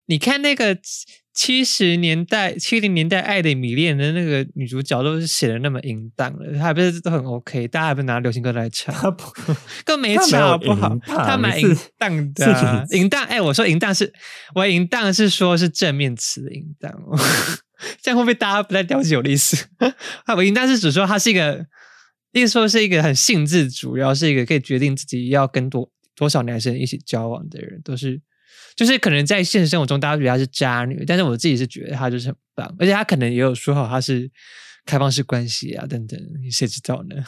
你看那个70年代爱的迷恋的那个女主角都是写的那么淫荡了，她不是都很 OK， 大家还不是拿流行歌来唱， 他不， 更没唱好不好？他蛮淫荡的、啊，淫荡。我说淫荡是，我淫荡是说是正面词的淫荡哦，这样会不会大家不太了解我的意思？我淫荡是指说他是一个，意思说是一个很性自主，然后是一个可以决定自己要跟多少男生一起交往的人，都是。就是可能在现实生活中大家觉得她是渣女，但是我自己是觉得她就是很棒，而且她可能也有说好她是开放式关系啊等等，谁知道呢？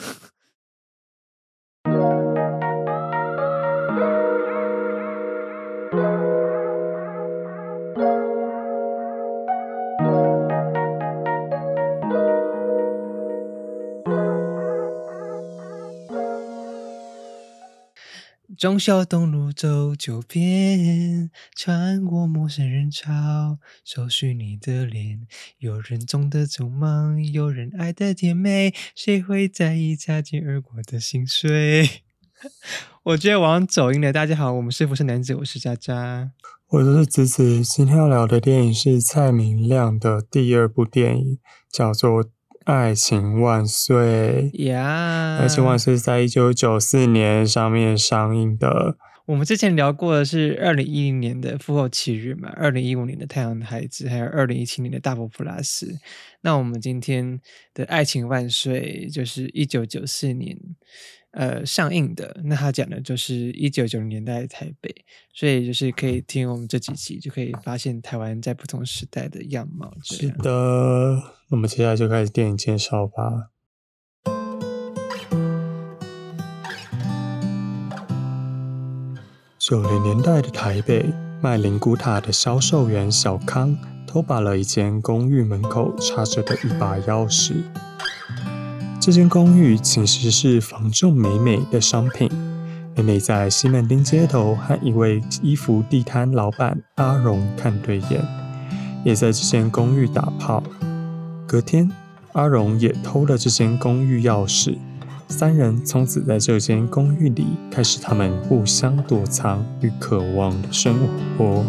忠孝东路走九遍，穿过陌生人潮，搜寻你的脸。有人懂得匆忙，有人爱的甜美，谁会在意擦肩而过的心碎？我觉得往走音了。大家好，我们是不是男子？我是渣渣， 我是子子。今天要聊的电影是蔡明亮的第2部电影，叫做爱情万岁呀！ 爱情万岁在1994年上面上映的。 我们之前聊过的是2010年的《父后7日》嘛，2015年的《太阳的孩子》，还有2017年的《大佛普拉斯》。那我们今天的《爱情万岁》就是1994年上映的，那他讲的就是1990年代的台北，所以就是可以听我们这几集就可以发现台湾在不同时代的样貌。 是的，那么接下来就开始电影介绍吧。90年代的台北，卖灵骨塔的销售员小康偷把了一间公寓门口插着的一把钥匙。这间公寓其实是房仲美美的商品。美美在西门町街头和一位衣服地摊老板阿荣看对眼，也在这间公寓打炮。隔天，阿荣也偷了这间公寓钥匙。3人从此在这间公寓里开始他们互相躲藏与渴望的生活。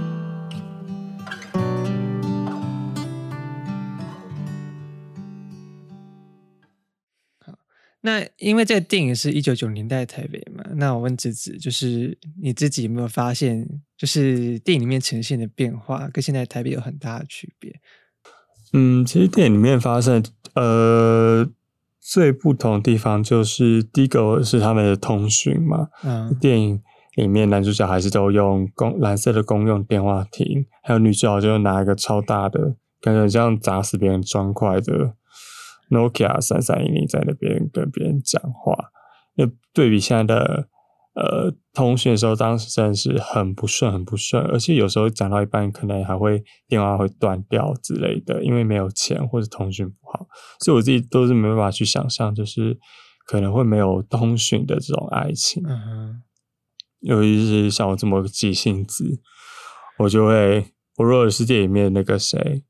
那因为这个电影是1990年代的台北嘛，那我问子子，就是你自己有没有发现，就是电影里面呈现的变化跟现在台北有很大的区别？ 其实电影里面发生最不同的地方就是第一个是他们的通讯嘛，电影里面男主角还是都用蓝色的公用电话亭，还有女主角就拿一个超大的感觉像砸死别人砖块的 Nokia 3310在那边跟别人讲话。那对比现在的通讯的时候，当时真的是很不顺，而且有时候讲到一半可能还会电话会断掉之类的，因为没有钱或者通讯不好，所以我自己都是没办法去想象，就是可能会没有通讯的这种爱情。尤其是像我这么急性子，我如果是电影里面那个谁，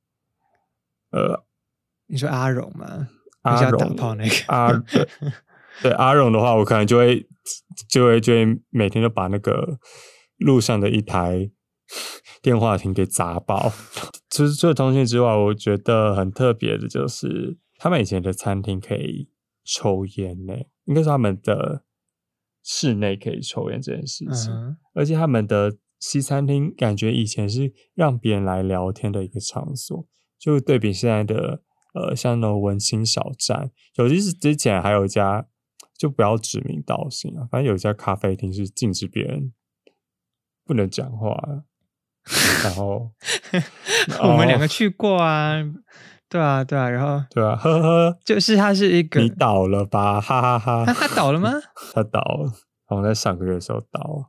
你说阿荣吗？ 阿荣打炮那个对阿荣的话，我可能就会每天都把那个路上的一台电话亭给砸爆。除了通讯之外，我觉得很特别的就是他们以前的餐厅可以抽烟呢，应该是他们的室内可以抽烟这件事情。而且他们的西餐厅感觉以前是让别人来聊天的一个场所，就对比现在的像那种文青小站，尤其是之前还有一家，就不要指名道姓啊，反正有一家咖啡厅是禁止别人不能讲话的。然后我们2个去过啊，对啊，然后对啊，呵呵， 就是它是一个你倒了吧，哈哈哈。 他倒了吗？ 他倒了，好像在上个月的时候倒了。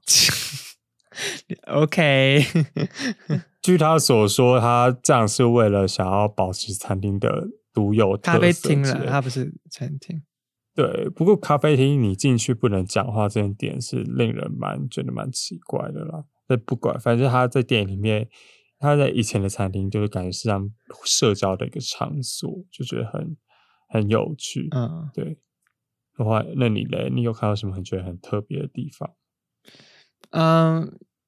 OK 据他所说，他这样是为了想要保持餐厅的独有特色。 咖啡厅了，它不是餐厅。 对，不过咖啡厅你进去不能讲话这一点是令人觉得蛮奇怪的啦。但不管，反正他在电影里面，他在以前的餐厅就是感觉是让社交的一个场所，就觉得很有趣。对。的话，那你嘞？你有看到什么觉得很特别的地方？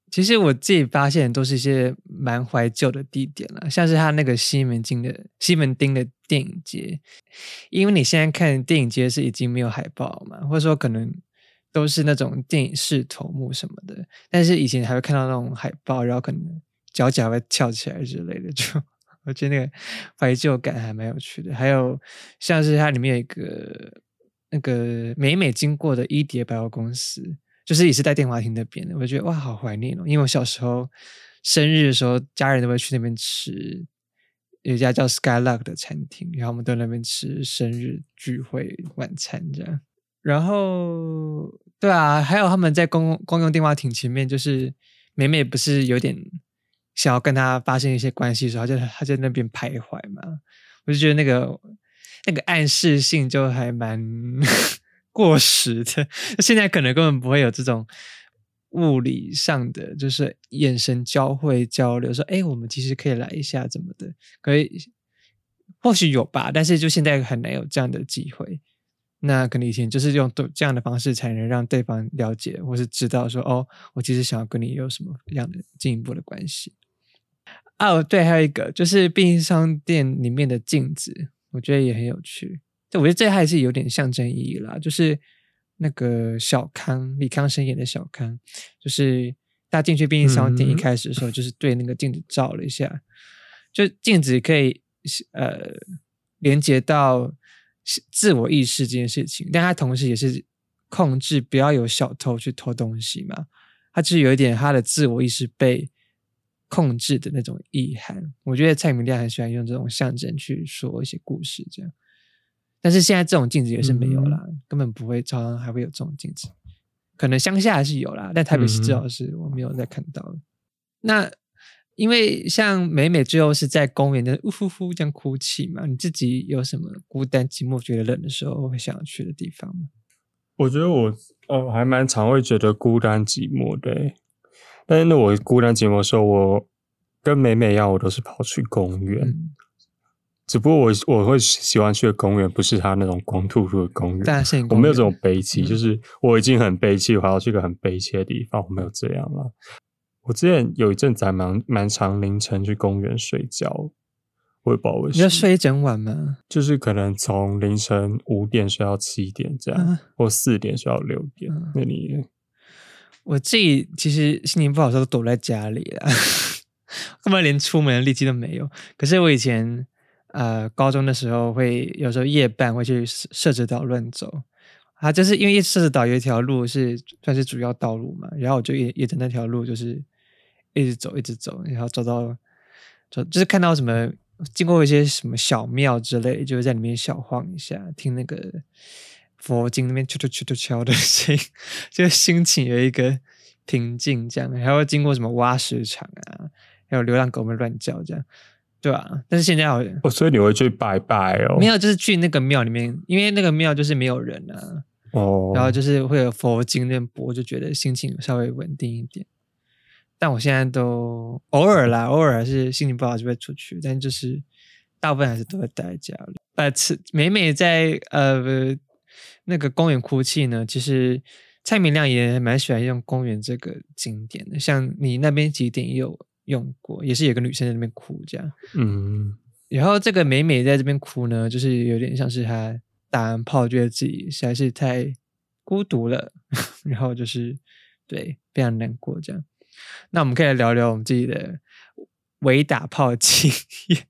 其实我自己发现都是一些蛮怀旧的地点啦，像是他那个西门町的电影节，因为你现在看电影节是已经没有海报嘛，或者说可能都是那种电影视头目什么的，但是以前还会看到那种海报，然后可能脚会翘起来之类的，就我觉得那个怀旧感还蛮有趣的。还有像是它里面有一个那个每每经过的伊蝶百货公司，就是也是在电话亭那边的，我觉得哇好怀念哦，因为我小时候生日的时候家人都会去那边吃，有一家叫 Skylark 的餐厅，然后我们都在那边吃生日聚会晚餐这样。然后对啊，还有他们在公用电话亭前面，就是美美不是有点想要跟他发生一些关系的时候，他在那边徘徊嘛，我就觉得那个暗示性就还蛮过时的，现在可能根本不会有这种物理上的，就是眼神交汇交流，说我们其实可以来一下怎么的，可以或许有吧，但是就现在很难有这样的机会。那可能以前就是用这样的方式才能让对方了解或是知道说我其实想要跟你有什么样的进一步的关系。对，还有一个就是便利商店里面的镜子，我觉得也很有趣。我觉得这还是有点象征意义啦，就是那个小康李康生演的小康，就是他进去便利商店一开始的时候，就是对那个镜子照了一下，就镜子可以连接到自我意识这件事情，但他同时也是控制不要有小偷去偷东西嘛，他就是有一点他的自我意识被控制的那种意涵。我觉得蔡明亮很喜欢用这种象征去说一些故事这样，但是现在这种镜子也是没有啦，根本不会常常还会有这种镜子，可能乡下还是有啦，但台北市至少是我没有再看到了。那因为像美美最后是在公园的呜呼呼这样哭泣嘛，你自己有什么孤单寂寞觉得冷的时候会想要去的地方吗？ 我觉得我还蛮常会觉得孤单寂寞的但是我孤单寂寞的时候，我跟美美一样，我都是跑去公园。只不过我会喜欢去的公园不是他那种光秃秃的公园，我没有这种悲戚，就是我已经很悲戚，我还要去一个很悲戚的地方，我没有这样啦。我之前有一阵子还蛮常凌晨去公园睡觉，我也不知道为什么。 你要睡一整晚吗？ 就是可能从凌晨5点睡到7点这样，或4点睡到6点。那你呢？ 我自己其实心情不好的时候都躲在家里啦，根本连出门的力气都没有。可是我以前高中的时候有时候夜半会去社子岛乱走，就是因为社子岛有一条路是算是主要道路嘛，然后我就沿着那条路就是一直走，然后走到就是看到什么经过一些什么小庙之类，就在里面小晃一下，听那个佛经那边敲的声音，就心情有一个平静这样。还会经过什么挖石场啊，还有流浪狗们乱叫这样，对啊。但是现在好像所以你会去拜拜哦？ 没有，就是去那个庙里面，因为那个庙就是没有人啊。然后就是会有佛经那边播，就觉得心情稍微稳定一点。但我现在都偶尔是心情不好就会出去，但就是大部分还是都会待在家里。美美在那个公园哭泣呢，其实蔡明亮也蛮喜欢用公园这个景点的，像你那边几点也有用过，也是有个女生在那边哭这样。然后这个美美在这边哭呢，就是有点像是她打完炮觉得自己实在是太孤独了，然后就是对非常难过这样。那我们可以来聊聊我们自己的伪打炮经验。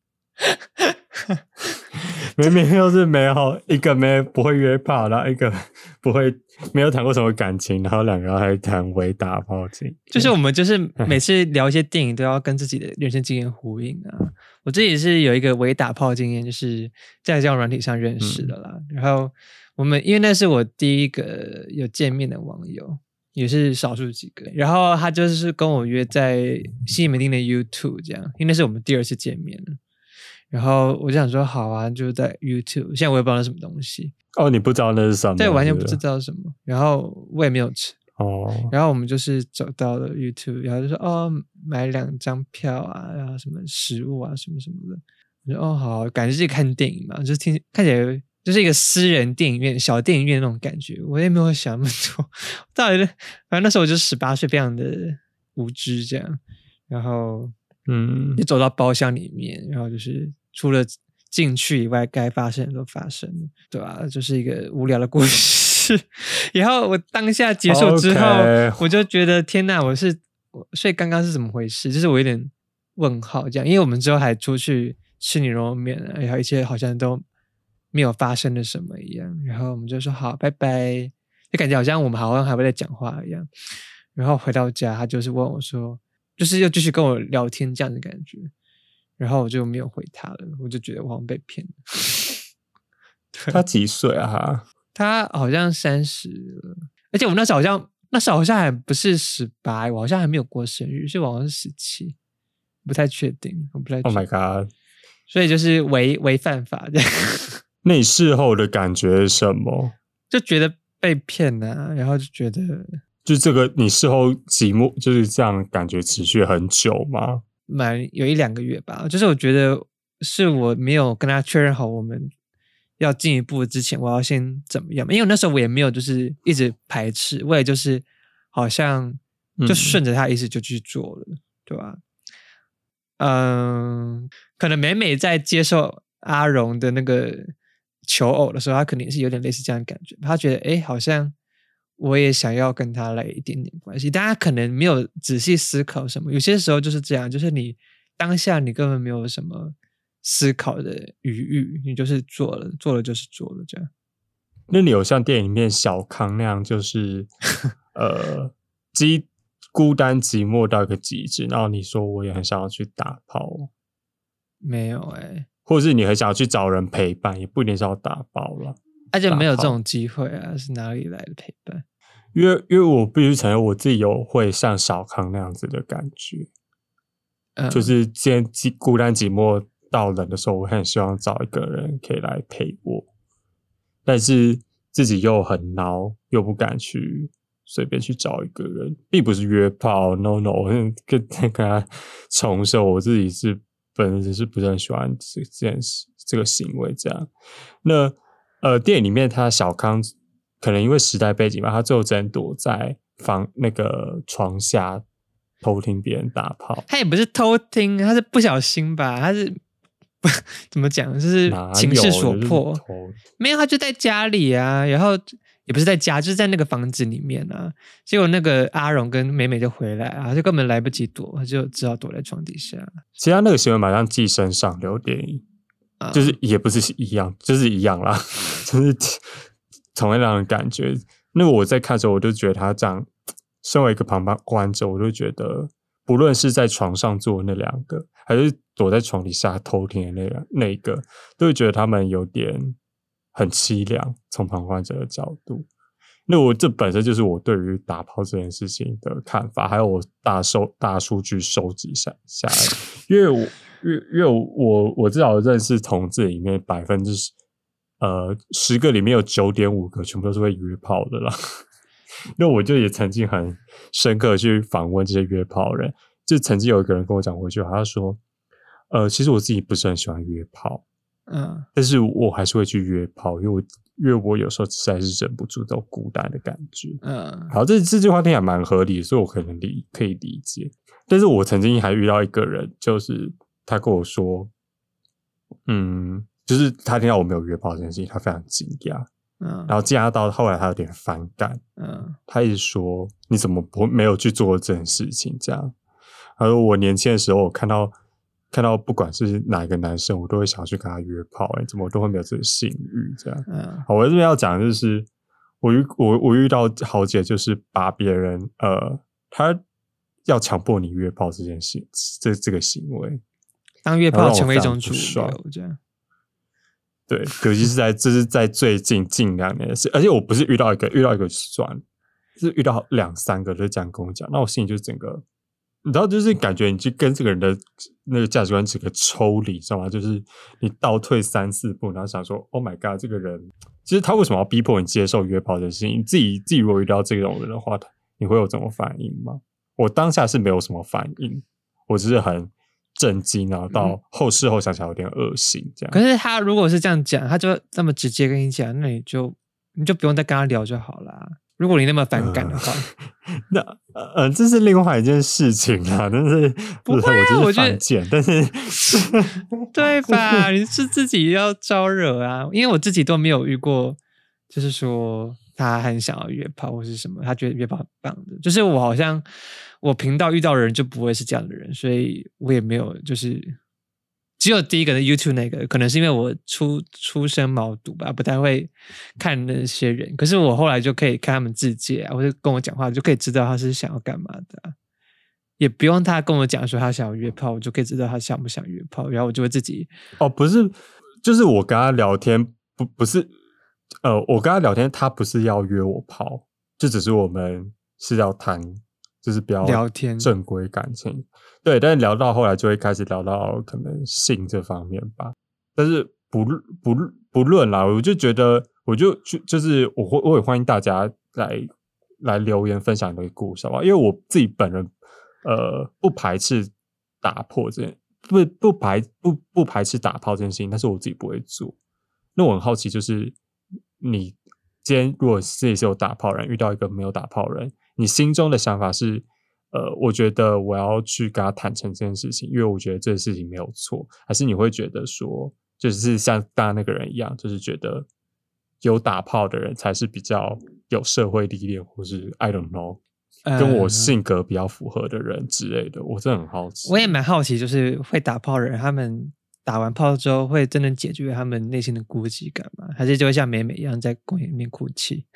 明明又是一个不会约炮，然后一个没有谈过什么感情，然后两个还谈伪打炮经验。 就是我们就是每次聊一些电影都要跟自己的人生经验呼应啊。我自己是有一个伪打炮经验，就是在交友软体上认识的啦。然后因为那是我第一个有见面的网友，也是少数几个。然后他就是跟我约在西门町的 YouTube 这样，因为那是我们第2次见面了。然后我就想说好啊，就在 YouTube， 现在我也不知道那是什么东西。 你不知道那是什么？ 对，完全不知道什么。然后我也没有吃。然后我们就是走到了 YouTube， 然后就说买2张票啊，然后什么食物啊什么什么的。我说好，感觉自己看电影嘛，就是看起来就是一个私人电影院、小电影院那种感觉。我也没有想那么多，反正那时候我就18岁，非常的无知这样，然后就走到包厢里面，然后就是除了进去以外，该发生的都发生了，对吧？就是一个无聊的故事。然后我当下结束之后，我就觉得天哪，所以刚刚是怎么回事？就是我有点问号这样，因为我们之后还出去吃牛肉面，然后一切好像都没有发生了什么一样，然后我们就说好，拜拜，就感觉好像我们好像还会在讲话一样。然后回到家，他就是问我说，就是又继续跟我聊天这样的感觉，然后我就没有回他了，我就觉得我好像被骗了。 他几岁啊？ 他好像30了，而且我那时候好像还不是18，我好像还没有过生日，所以我好像是17，不太确定，我不太确定。 Oh my god！ 所以就是违犯法这样。 那你事后的感觉是什么？ 就觉得被骗啊，然后就觉得， 就这个你事后寂寞就是这样感觉持续很久吗？ 有1-2个月吧。就是我觉得是我没有跟他确认好我们要进一步之前，我要先怎么样？因为那时候我也没有就是一直排斥，我也就是好像就顺着他意思就去做了，对吧？可能美美在接受阿荣的那个求偶的时候，他肯定是有点类似这样的感觉，他觉得好像我也想要跟他来一点点关系，但他可能没有仔细思考什么，有些时候就是这样，就是你当下你根本没有什么思考的余裕，你就是做了就是做了这样。 那你有像电影里面小康那样，就是孤单寂寞到一个极致，然后你说我也很想要去打炮？ 没有或者是你很想要去找人陪伴，也不一定是要打炮了， 而且没有这种机会啊，是哪里来的陪伴？ 因为我必须承认我自己有会像小康那样子的感觉，就是今天孤单寂寞到冷的时候，我很希望找一个人可以来陪我，但是自己又很孬，又不敢去随便去找一个人，并不是约炮 ，no， 我跟他重申，我自己本身是不是很喜欢这个行为这样。那电影里面他小康可能因为时代背景吧，他最后只能躲在那个床下偷听别人打炮。 他也不是偷听，他是不小心吧，他是怎么讲，就是情势所迫，没有，他就在家里啊，然后也不是在家，就是在那个房子里面啊。结果那个阿荣跟美美就回来啊，就根本来不及躲，他就只好躲在床底下。 其实他那个行为蛮像寄生上流电影，就是也不是一样，就是一样啦，就是同样的感觉。那个我在看的时候，我就觉得他这样，身为一个旁观者，我就觉得，不论是在床上做的那2个，还是躲在床底下偷听的那一个，都会觉得他们有点很凄凉，从旁观者的角度。那这本身就是我对于打炮这件事情的看法，还有我大数据收集下来，因为我至少认识同志里面10%，10个里面有9.5个全部都是会约炮的啦。那我就也曾经很深刻的去访问这些约炮人，就曾经有一个人跟我讲过一句话，他说其实我自己不是很喜欢约炮，但是我还是会去约炮，因为我有时候实在是忍不住这种孤单的感觉。好，这句话听起来蛮合理的，所以我可以理解。但是我曾经还遇到一个人，就是他跟我说，就是他听到我没有约炮这件事情，他非常惊讶。然后惊讶到后来他有点反感。他一直说你怎么没有去做这件事情这样。他说我年轻的时候我看到不管是哪一个男生，我都会想去跟他约炮，怎么我都会没有这个性欲这样。好，我这边要讲的就是我遇到豪姐，就是把别人他要强迫你约炮这件事，这个行为， 当约炮成为一种主流这样。 对，尤其是这是在最近2年的事，而且我不是遇到一个就算了，是遇到2-3个就这样跟我讲，那我心里就整个，你知道，就是感觉你去跟这个人的那个价值观整个抽离，知道吗？就是你倒退3-4步，然后想说 ，Oh my god， 这个人其实他为什么要逼迫你接受约炮的事情？你自己如果遇到这种人的话，你会有这种反应吗？我当下是没有什么反应，我只是很震惊，然后到事后想起来有点恶心这样。 可是他如果是这样讲，他就这么直接跟你讲，那你就不用再跟他聊就好啦。 如果你那么反感的话， 那这是另外一件事情啦。但是不会啊， 我就是犯贱，但是对吧？你是自己要招惹啊，因为我自己都没有遇过，就是说他很想要约炮或是什么，他觉得约炮很棒的。就是我好像我频道遇到的人就不会是这样的人，所以我也没有就是只有第一个的 YouTube 那个，可能是因为我出身毛肚吧，不太会看那些人。可是我后来就可以看他们自介啊，或者跟我讲话，就可以知道他是想要干嘛的啊。也不用他跟我讲说他想要约炮，我就可以知道他想不想约炮，然后我就会自己不是，就是我跟他聊天不是我跟他聊天，他不是要约我炮，就只是我们是要谈，就是不要聊天正规感情。对，但是聊到后来就会开始聊到可能性这方面吧。但是不论啦，我就觉得就是我也欢迎大家来留言分享你的故事，好吧？因为我自己本人不排斥打破这件不排斥打炮这件事情，但是我自己不会做。那我很好奇，就是你今天如果自己是有打炮人，遇到一个没有打炮人，你心中的想法是我觉得我要去跟他坦诚这件事情，因为我觉得这件事情没有错，还是你会觉得说就是像刚刚那个人一样，就是觉得有打炮的人才是比较有社会历练，或是 I don't know 跟我性格比较符合的人之类的。我真的很好奇。 我也蛮好奇，就是会打炮的人，他们打完炮之后会真的解决他们内心的孤寂感吗？还是就会像美美一样在公园里面哭泣？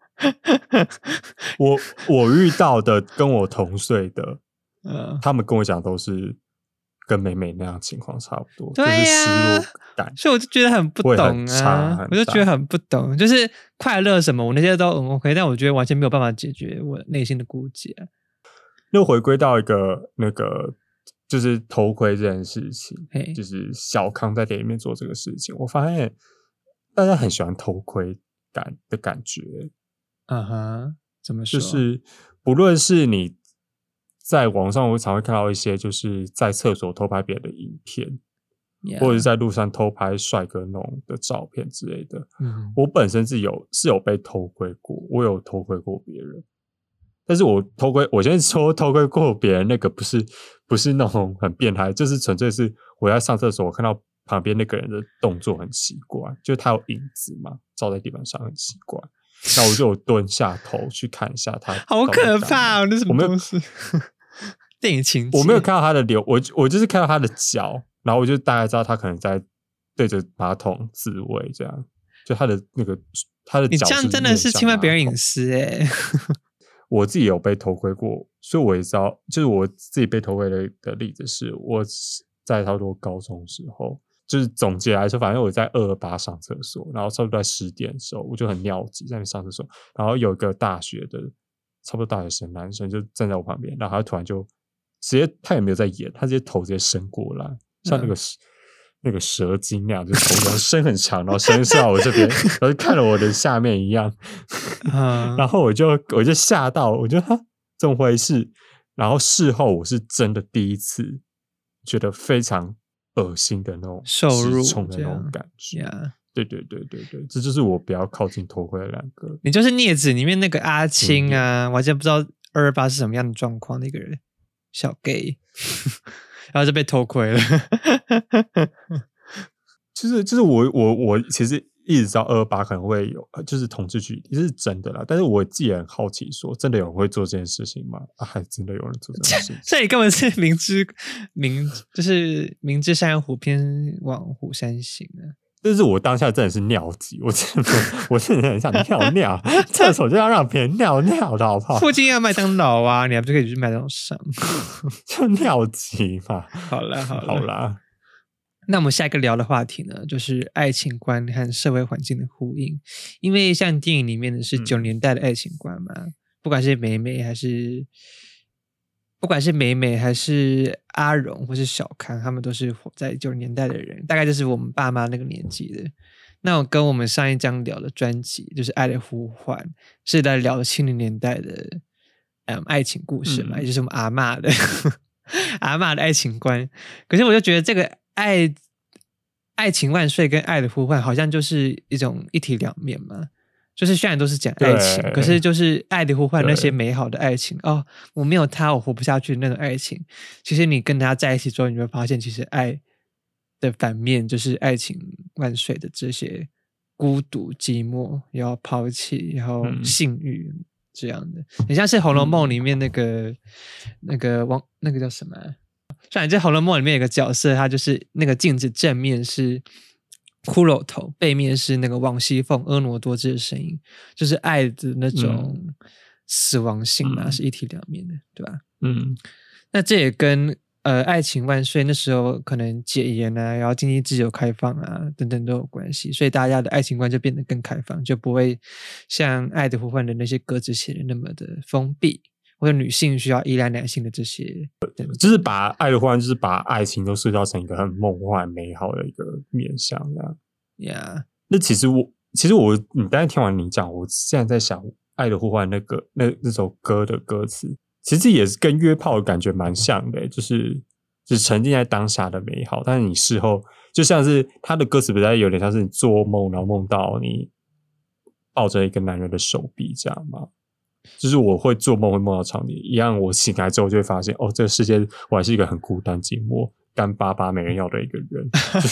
我遇到的跟我同岁的，他们跟我讲都是跟美美那样情况差不多， 对就是失落感， 所以我就觉得很不懂啊，我就觉得很不懂，就是快乐什么，我那些都很 OK，但我觉得完全没有办法解决我内心的孤寂啊。 又回归到一个那个，就是偷窥这件事情，就是小康在店里面做这个事情，我发现大家很喜欢偷窥感的感觉。 怎么说？ 就是不论是你在网上，我常会看到一些就是在厕所偷拍别人的影片，或者是在路上偷拍帅哥那种的照片之类的。我本身是有被偷窥过，我有偷窥过别人，但是我先说偷窥过别人那个不是那种很变态，就是纯粹是我在上厕所，我看到旁边那个人的动作很奇怪，就是他有影子嘛，照在地板上很奇怪。那我就有蹲下头去看一下他， 好可怕哦！那什么东西？电影情节。 我没有看到他的脸，我就是看到他的脚，然后我就大概知道他可能在对着马桶自慰，这样。就他的那个他的脚， 你这样真的是侵犯别人隐私欸。 我自己有被偷窥过，所以我也知道，就是我自己被偷窥的例子是我在差不多高中的时候。就是总结来说，反正我在228上厕所，然后差不多在10点的时候，我就很尿急在那边上厕所，然后有一个大学的差不多大学生男生就站在我旁边，然后他突然就直接，他也没有在演，他直接头直接伸过来，像那个蛇精那样，就头伸很长，然后伸到我这边，然后就看了我的下面一样，然后我就吓到，我就怎么回事？然后事后我是真的第一次觉得非常恶心的那种受辱的那种感觉。对，这就是我不要靠近偷窥的两个。 你就是镊子里面那个阿青啊，我还真不知道228是什么样的状况，那个人小 gay， 然后就被偷窥了。 就是我其实一直知道228可能会有就是同志距离是真的啦，但是我自己也很好奇说真的有人会做这件事情吗？还真的有人做这件事情？ 所以根本是就是明知山有虎，偏往虎山行啊。 但是我当下真的是尿急，我真的很想尿，厕所就要让别人尿的好不好？ 附近要麦当劳啊，你还不是可以去麦当劳上？ 就尿急嘛。 好啦。那我们下一个聊的话题呢，就是爱情观和社会环境的呼应。因为像电影里面的是90年代的爱情观嘛，不管是美美还是阿荣或是小康，他们都是活在90年代的人，大概就是我们爸妈那个年纪的。那我跟我们上一章聊的专辑就是《爱的呼唤》，是在聊70年代的爱情故事嘛，也就是我们阿嬷的阿嬷的爱情观。可是我就觉得这个爱情万岁跟爱的呼唤好像就是一种一体两面嘛。 就是虽然都是讲爱情，可是就是爱的呼唤那些美好的爱情哦，我没有他我活不下去的那种爱情。其实你跟他在一起之后，你会发现，其实爱的反面就是爱情万岁的这些孤独、寂寞，然后抛弃，然后性欲这样的。很像是《红楼梦》里面那个叫什么？虽然在《红楼梦》里面有个角色，他就是那个镜子正面是骷髅头，背面是那个王熙凤婀娜多姿的身影，就是爱的那种死亡性嘛，是一体两面的，对吧？那这也跟爱情万岁那时候可能解严啊，然后经济自由开放啊等等都有关系，所以大家的爱情观就变得更开放，就不会像《爱的呼唤》的那些歌词写的那么的封闭，或者女性需要依赖男性的这些， 就是把爱的呼唤，就是把爱情都塑造成一个很梦幻美好的一个面向这样。 Yeah. 那其实你刚才听完你讲，我现在在想《爱的呼唤》那首歌的歌词，其实也是跟约炮的感觉蛮像的，就是沉浸在当下的美好，但是你事后就像是他的歌词，不是有点像是你做梦，然后梦到你抱着一个男人的手臂这样吗？就是我会做梦会梦到场景一样，我醒来之后就会发现，哦，这个世界我还是一个很孤单寂寞干巴巴没人要的一个人，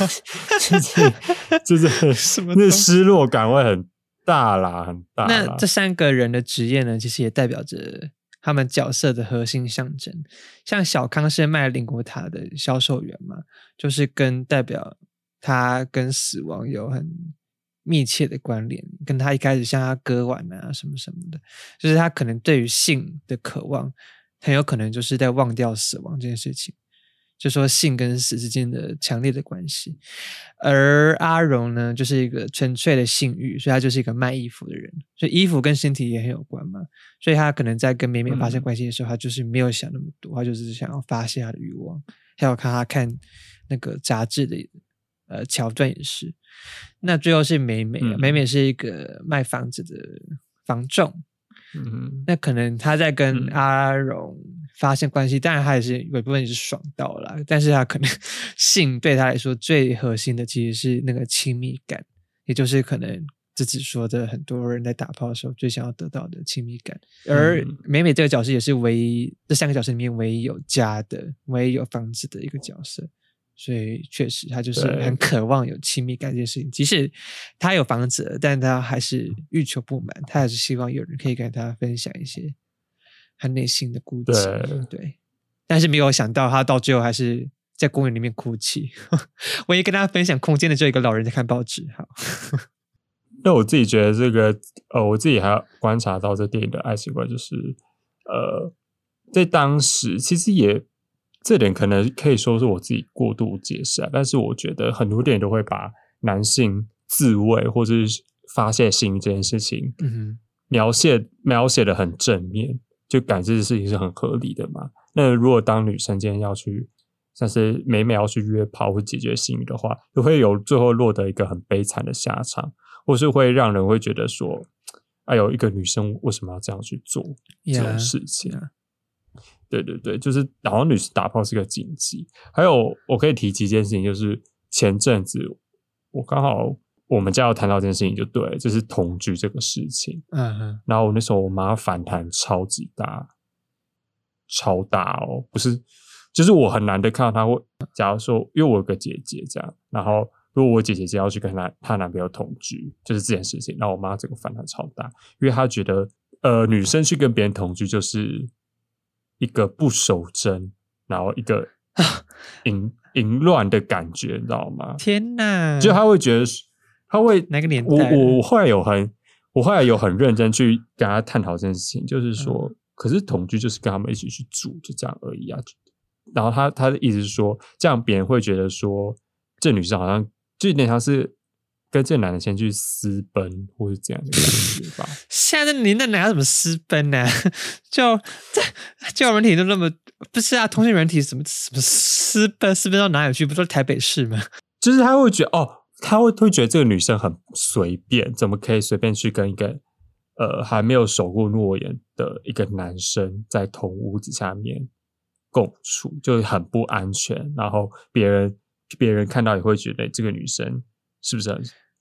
就是那失落感会很大啦，很大啦。 那这3个人的职业呢，其实也代表着他们角色的核心象征。像小康是卖灵骨塔的销售员嘛，就是代表他跟死亡有很密切的关联，跟他一开始向他割腕啊什么什么的，就是他可能对于性的渴望很有可能就是在忘掉死亡这件事情，就说性跟死之间的强烈的关系。而阿荣呢，就是一个纯粹的性欲，所以他就是一个卖衣服的人，所以衣服跟身体也很有关嘛，所以他可能在跟美美发生关系的时候，他就是没有想那么多，他就是想要发泄他的欲望。还有他看那个杂志的桥段也是。那最后是美美，美美是一个卖房子的房仲，那可能他在跟阿荣发生关系，当然他也是有一部分也是爽到了，但是他可能性对他来说最核心的其实是那个亲密感，也就是可能自己说的很多人在打炮的时候最想要得到的亲密感。而美美这个角色也是唯一这3个角色里面唯一有家的，唯一有房子的一个角色，所以确实他就是很渴望有亲密感这件事情，即使他有房子了，但他还是欲求不满，他还是希望有人可以跟他分享一些他内心的孤寂。对，但是没有想到他到最后还是在公园里面哭泣。唯一跟大家分享空间的只有一个老人在看报纸。好， 那我自己觉得这个我自己还要观察到这电影的爱情观，就是在当时其实也这点可能可以说是我自己过度解释啊，但是我觉得很多电影都会把男性自慰或者是发泄性这件事情描写的很正面，就感觉这件事情是很合理的嘛。那如果当女生今天要去像是美美要去约炮或解决性欲的话，就会有最后落得一个很悲惨的下场，或是会让人会觉得说，哎呦，一个女生为什么要这样去做这种事情对对对，就是然后女士打炮是个禁忌。还有我可以提及一件事情，就是前阵子我刚好我们家要谈到这件事情，就对，就是同居这个事情。然后我那时候我妈反弹超级大，超大哦，不是，就是我很难得看到她会，假如说因为我有个姐姐这样，然后如果我姐姐要去跟她男朋友同居，就是这件事情，然后我妈这个反弹超大，因为她觉得女生去跟别人同居就是一个不守贞，然后一个淫乱的感觉，你知道吗？ 天哪！ 就他会觉得，他会哪个年代？ 我后来有很认真去跟他探讨这件事情，就是说，可是同居就是跟他们一起去住，就这样而已啊。然后他的意思是说，这样别人会觉得说，这女生好像就有点像是跟这男的先去私奔，或是这样的感觉吧。 现在年代哪有什么私奔啊？就交友软体都那么不是啊，通讯软体什么私奔到哪里去？不是台北市吗？ 就是他会觉得他会觉得这个女生很随便，怎么可以随便去跟一个还没有守过诺言的一个男生在同屋子下面共处，就很不安全。然后别人看到也会觉得这个女生是不是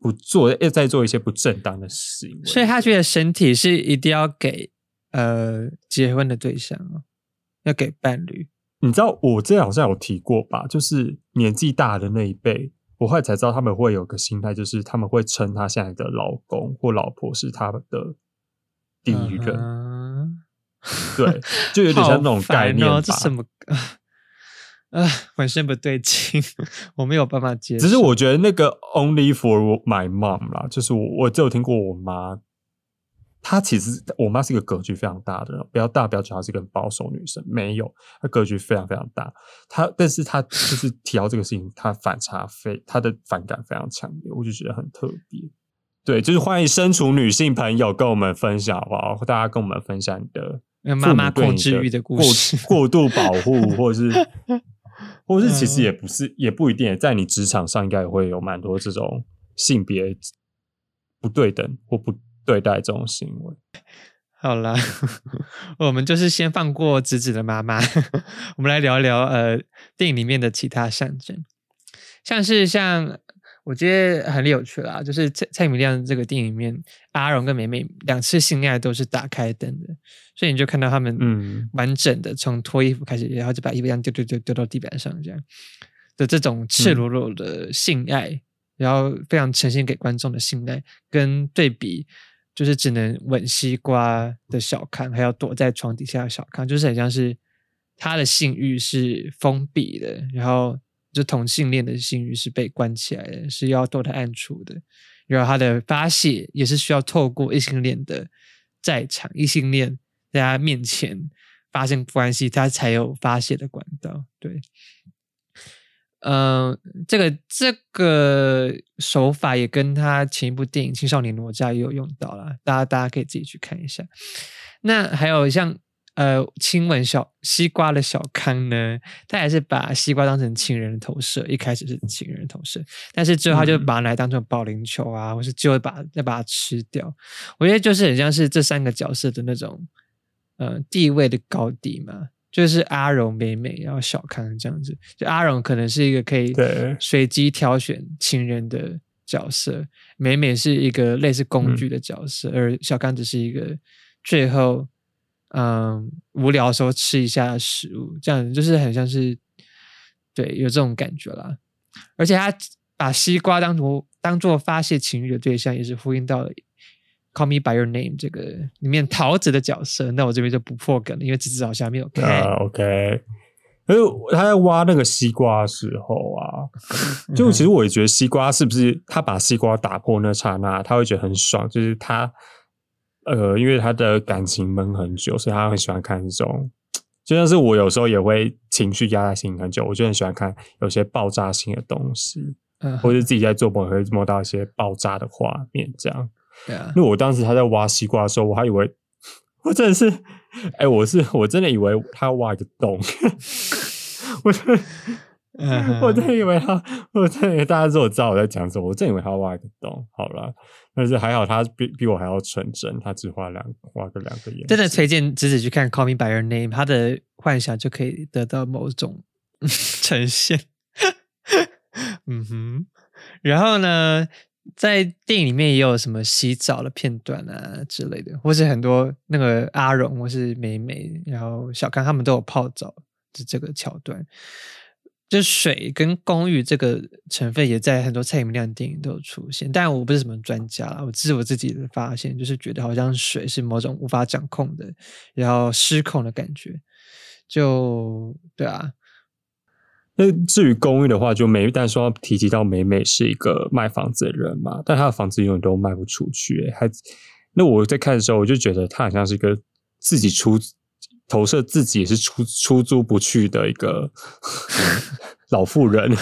在做一些不正当的行为， 所以他觉得身体是一定要给结婚的对象哦，要给伴侣。 你知道我之前好像有提过吧，就是年纪大的那一辈，我后来才知道他们会有个心态，就是他们会称他现在的老公或老婆是他们的第一人。对，就有点像那种概念吧。 这什么浑身不对劲，我没有办法接受。 只是我觉得那个 only for my mom 啦，就是我只有听过我妈，她其实我妈是一个格局非常大的人，不要觉得她是一个很保守女生，没有，她格局非常非常大。但是她就是提到这个事情，她她的反感非常强烈，我就觉得很特别。对，就是欢迎身处女性朋友跟我们分享，好不好？大家跟我们分享你的妈妈控制欲的故事， 过度保护，或者是其实也不一定，在你职场上应该也会有蛮多这种性别不对等或不对待这种行为。 好啦，我们就是先放过子子的妈妈，我们来聊聊电影里面的其他象征，像我觉得很有趣啦，就是蔡明亮这个电影里面，阿荣跟美美2次性爱都是打开灯的，所以你就看到他们完整的从脱衣服开始，然后就把衣服这样丢到地板上这样的这种赤裸裸的性爱，然后非常呈现给观众的性爱，跟对比就是只能吻西瓜的小康，还有躲在床底下的小康，就是很像是他的性欲是封闭的，然后就同性恋的性欲是被关起来的，是要堕胎暗处的，然后他的发泄也是需要透过异性恋的在场，异性恋在他面前发生关系，他才有发泄的管道。对，这个手法也跟他前一部电影《青少年哪吒》也有用到啦，大家可以自己去看一下。那还有像亲吻西瓜的小康呢，他还是把西瓜当成情人的投射，一开始是情人的投射，但是之后他就把它来当成保龄球啊，或是就会再把它吃掉。我觉得就是很像是这3个角色的那种地位的高低嘛，就是阿荣、美美，然后小康这样子。就阿荣可能是一个可以随机挑选情人的角色，美美是一个类似工具的角色，而小康只是一个最后无聊的时候吃一下食物，这样就是很像是对有这种感觉啦。而且他把西瓜当作发泄情欲的对象，也是呼应到了Call Me By Your Name 这个里面桃子的角色。那我这边就不破梗了，因为子好像没有看。 OK， 可是他在挖那个西瓜的时候啊，就其实我也觉得西瓜是不是他把西瓜打破那刹那，他会觉得很爽，就是他因为他的感情闷很久，所以他很喜欢看这种，就像是我有时候也会情绪压在心很久，我就很喜欢看有些爆炸性的东西，或者自己在做梦也会摸到一些爆炸的画面这样。因为我当时他在挖西瓜的时候，我还以为我真的是我真的以为他要挖一个洞我真的以为大家都知道我在讲什么，我真的以为他要挖一个洞。好了，但是还好他比我还要纯真，他只挖个2个眼睛。 真的推荐子去看 Call Me By Your Name， 他的幻想就可以得到某种呈现然后呢，在电影里面也有什么洗澡的片段啊之类的，或是很多那个阿荣或是美美，然后小康他们都有泡澡的这个桥段。就水跟公寓这个成分也在很多蔡明亮的电影都有出现，但我不是什么专家啦，这是我自己的发现，就是觉得好像水是某种无法掌控的，然后失控的感觉。就对啊。 那至于公寓的话，就但说提及到美美是一个卖房子的人嘛，但她的房子永远都卖不出去。那我在看的时候，我就觉得她好像是一个自己投射自己也是出租不去的一个老妇人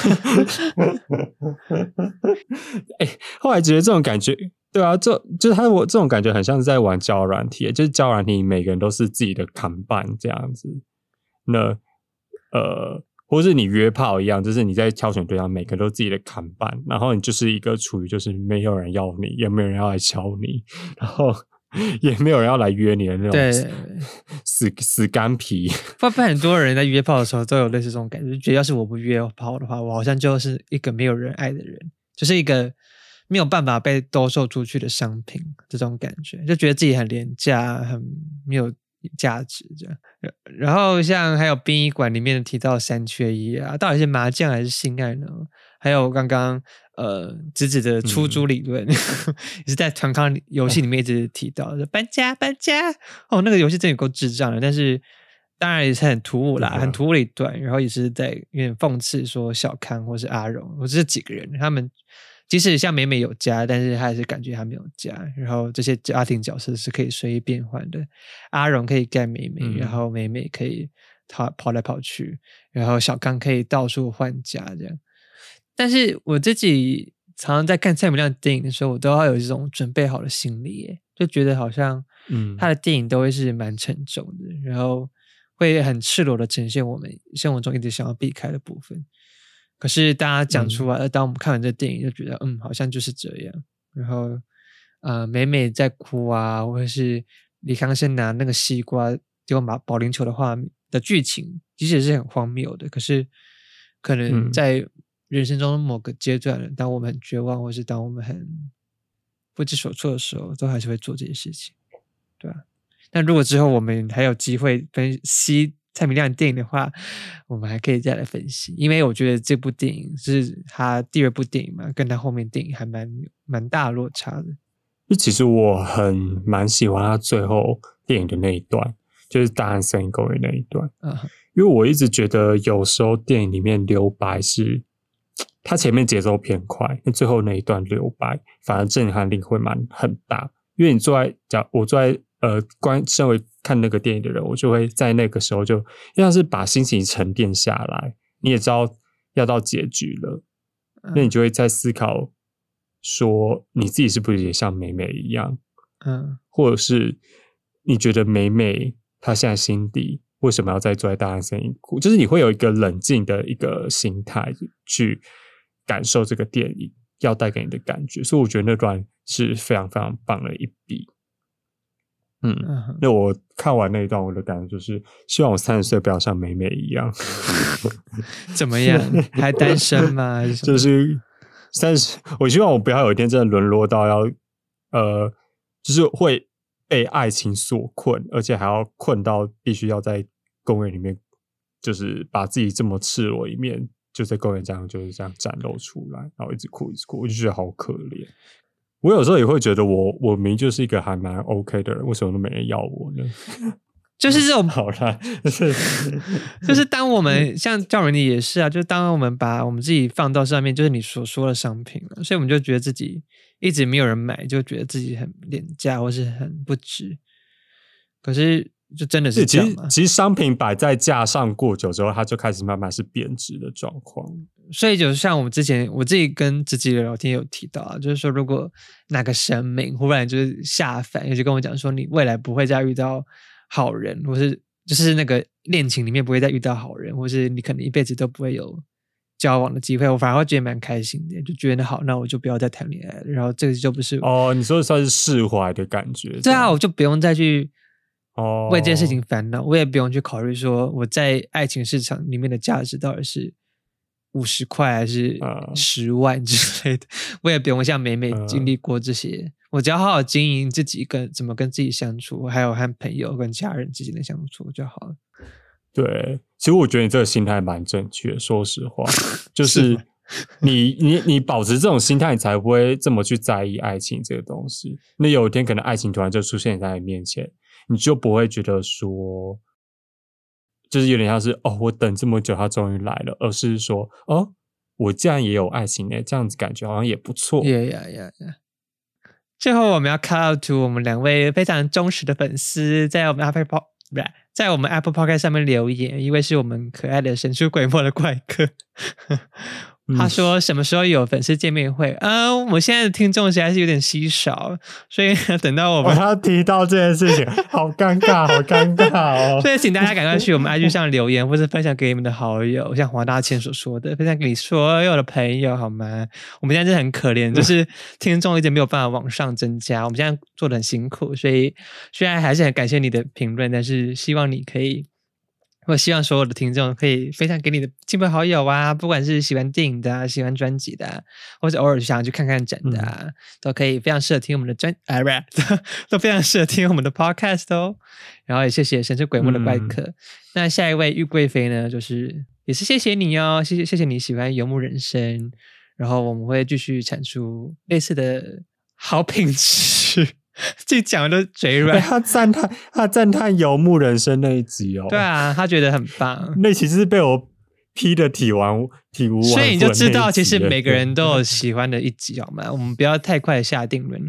后来觉得这种感觉，对啊，就是我这种感觉很像是在玩交友软体，就是交友软体每个人都是自己的看板这样子。那或是你约炮一样，就是你在挑选对象，每个人都自己的看板，然后你就是一个处于就是没有人要你，也没有人要来敲你，然后也没有人要来约你的那种死干皮。 不然很多人在约炮的时候都有类似这种感觉，就觉得要是我不约炮的话，我好像就是一个没有人爱的人，就是一个没有办法被兜售出去的商品，这种感觉，就觉得自己很廉价，很没有价值这样。然后像还有殡仪馆里面提到3缺1啊，到底是麻将还是性爱呢？还有刚刚直子的出租理论，也是在团康游戏里面一直提到的搬家哦，那个游戏真的有够智障的，但是当然也是很突兀啦，很突兀的一段，然后也是在有点讽刺说小康或是阿荣或者这几个人，他们即使像美美有家，但是他还是感觉他没有家，然后这些家庭角色是可以随意变换的，阿荣可以干美美，然后美美可以跑来跑去，然后小康可以到处换家这样。但是我自己常常在看蔡明亮电影的时候，我都要有这种准备好的心理耶，就觉得好像他的电影都会是蛮沉重的，然后会很赤裸的呈现我们生活中一直想要避开的部分。可是大家讲出来，当我们看完这电影就觉得好像就是这样。然后美美在哭啊，或者是李康生拿那个西瓜丢保龄球的画面的剧情，即使是很荒谬的，可是可能在人生中某个阶段，当我们很绝望，或是当我们很不知所措的时候，都还是会做这些事情，对吧？那如果之后我们还有机会分析蔡明亮的电影的话，我们还可以再来分析，因为我觉得这部电影是他第2部电影嘛，跟他后面电影还蛮大的落差的。 其实我蛮喜欢他最后电影的那一段，就是大安森林公园那一段，因为我一直觉得有时候电影里面留白是他前面节奏偏快，那最后那一段留白反而震撼力会很大，因为我坐在身为看那个电影的人，我就会在那个时候就像是把心情沉淀下来，你也知道要到结局了，那你就会在思考说你自己是不是也像美美一样，或者是你觉得美美她现在心底为什么要再坐在大安森林哭，就是你会有一个冷静的一个心态去感受这个电影要带给你的感觉，所以我觉得那段是非常非常棒的一笔。那我看完那一段，我的感觉就是希望我30岁不要像美美一样。 怎么样？还单身吗？还是什么？ 就是我希望我不要有一天真的沦落到要就是会被爱情所困，而且还要困到必须要在公园里面，就是把自己这么赤裸一面，就在公园就是这样展露出来，然后一直哭，我就觉得好可怜。我有时候也会觉得我明明就是一个还蛮 OK 的人，为什么都没人要我呢？ 就是这种好啦， 就是当我们像赵文丽也是啊，就当我们把我们自己放到上面，就是你所说的商品了，所以我们就觉得自己一直没有人买，就觉得自己很廉价或是很不值。可是就真的是这样吗？ 其实商品摆在架上过久之后，它就开始慢慢是贬值的状况。 所以就像我自己跟自己的聊天有提到啊，就是说如果哪个神明忽然就是下凡，也就跟我讲说你未来不会再遇到好人，或是就是那个恋情里面不会再遇到好人，或是你可能一辈子都不会有交往的机会，我反而会觉得蛮开心的，就觉得好，那我就不要再谈恋爱了，然后这个就不是你说的算是释怀的感觉。 对啊，我就不用再去为这件事情烦恼，我也不用去考虑说我在爱情市场里面的价值到底是50块还是10万之类的，我也不用像美美经历过这些，我只要好好经营自己怎么跟自己相处，还有和朋友跟家人之间的相处就好了。 对，其实我觉得你这个心态蛮正确的，说实话，就是你保持这种心态，你才不会这么去在意爱情这个东西。那有一天可能爱情突然就出现在你面前，你就不会觉得说，就是有点像是我等这么久他终于来了，而是说我竟然也有爱情这样子感觉好像也不错。 最后我们要 call out to 我们2位非常忠实的粉丝，在我们 Apple Podcast 上面留言，一位是我们可爱的神出鬼没的怪客他说什么时候有粉丝见面会？我现在的听众实在是有点稀少，所以等到我们他提到这件事情，好尴尬，好尴尬哦。 所以请大家赶快去我们 IG 上留言，或是分享给你们的好友，像黄大千所说的，分享给你所有的朋友，好吗？我们现在真的很可怜，就是听众一直没有办法往上增加，我们现在做得很辛苦，所以虽然还是很感谢你的评论，但是希望你可以我希望所有的听众可以分享给你的亲朋好友啊，不管是喜欢电影的啊，喜欢专辑的啊，或者偶尔想要去看看展的啊，都可以非常适合听我们的都非常适合听我们的 podcast 哦。然后也谢谢神出鬼没的怪客。那下一位玉贵妃呢，就是也是谢谢你哦，谢谢你喜欢游牧人生，然后我们会继续产出类似的好品质。自己讲的都嘴软。 他赞叹游牧人生那一集哦。 对啊，他觉得很棒。 那其实是被我批的体无完肤， 所以你就知道其实每个人都有喜欢的一集好吗？我们不要太快下定论。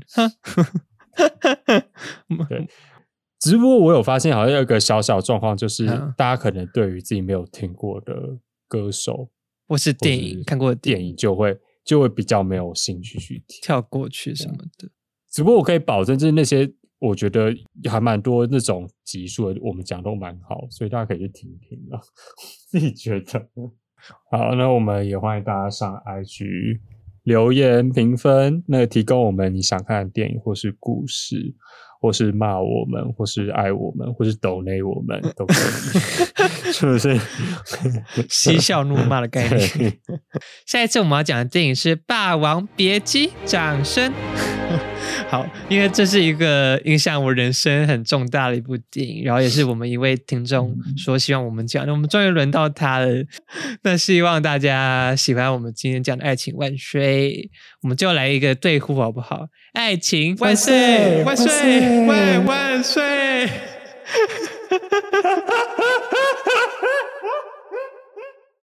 对，只不过我有发现好像有一个小小状况，就是大家可能对于自己没有听过的歌手或是电影看过的电影就会比较没有兴趣去听， 跳过去什么的。 只不过我可以保证，就是那些我觉得还蛮多那种集数的，我们讲都蛮好，所以大家可以去听听啦。自己觉得好，那我们也欢迎大家上 IG 留言评分，那提供我们你想看的电影或是故事，或是骂我们，或是爱我们，或是donate我们都可以。是不是嬉笑怒骂的概念？下一次我们要讲的电影是《霸王别姬》，掌声。好，因为这是一个影响我人生很重大的一部电影，然后也是我们一位听众说希望我们讲的，我们终于轮到他了。那希望大家喜欢我们今天讲的爱情万岁，我们就来一个对呼好不好？爱情万岁，万岁，万岁！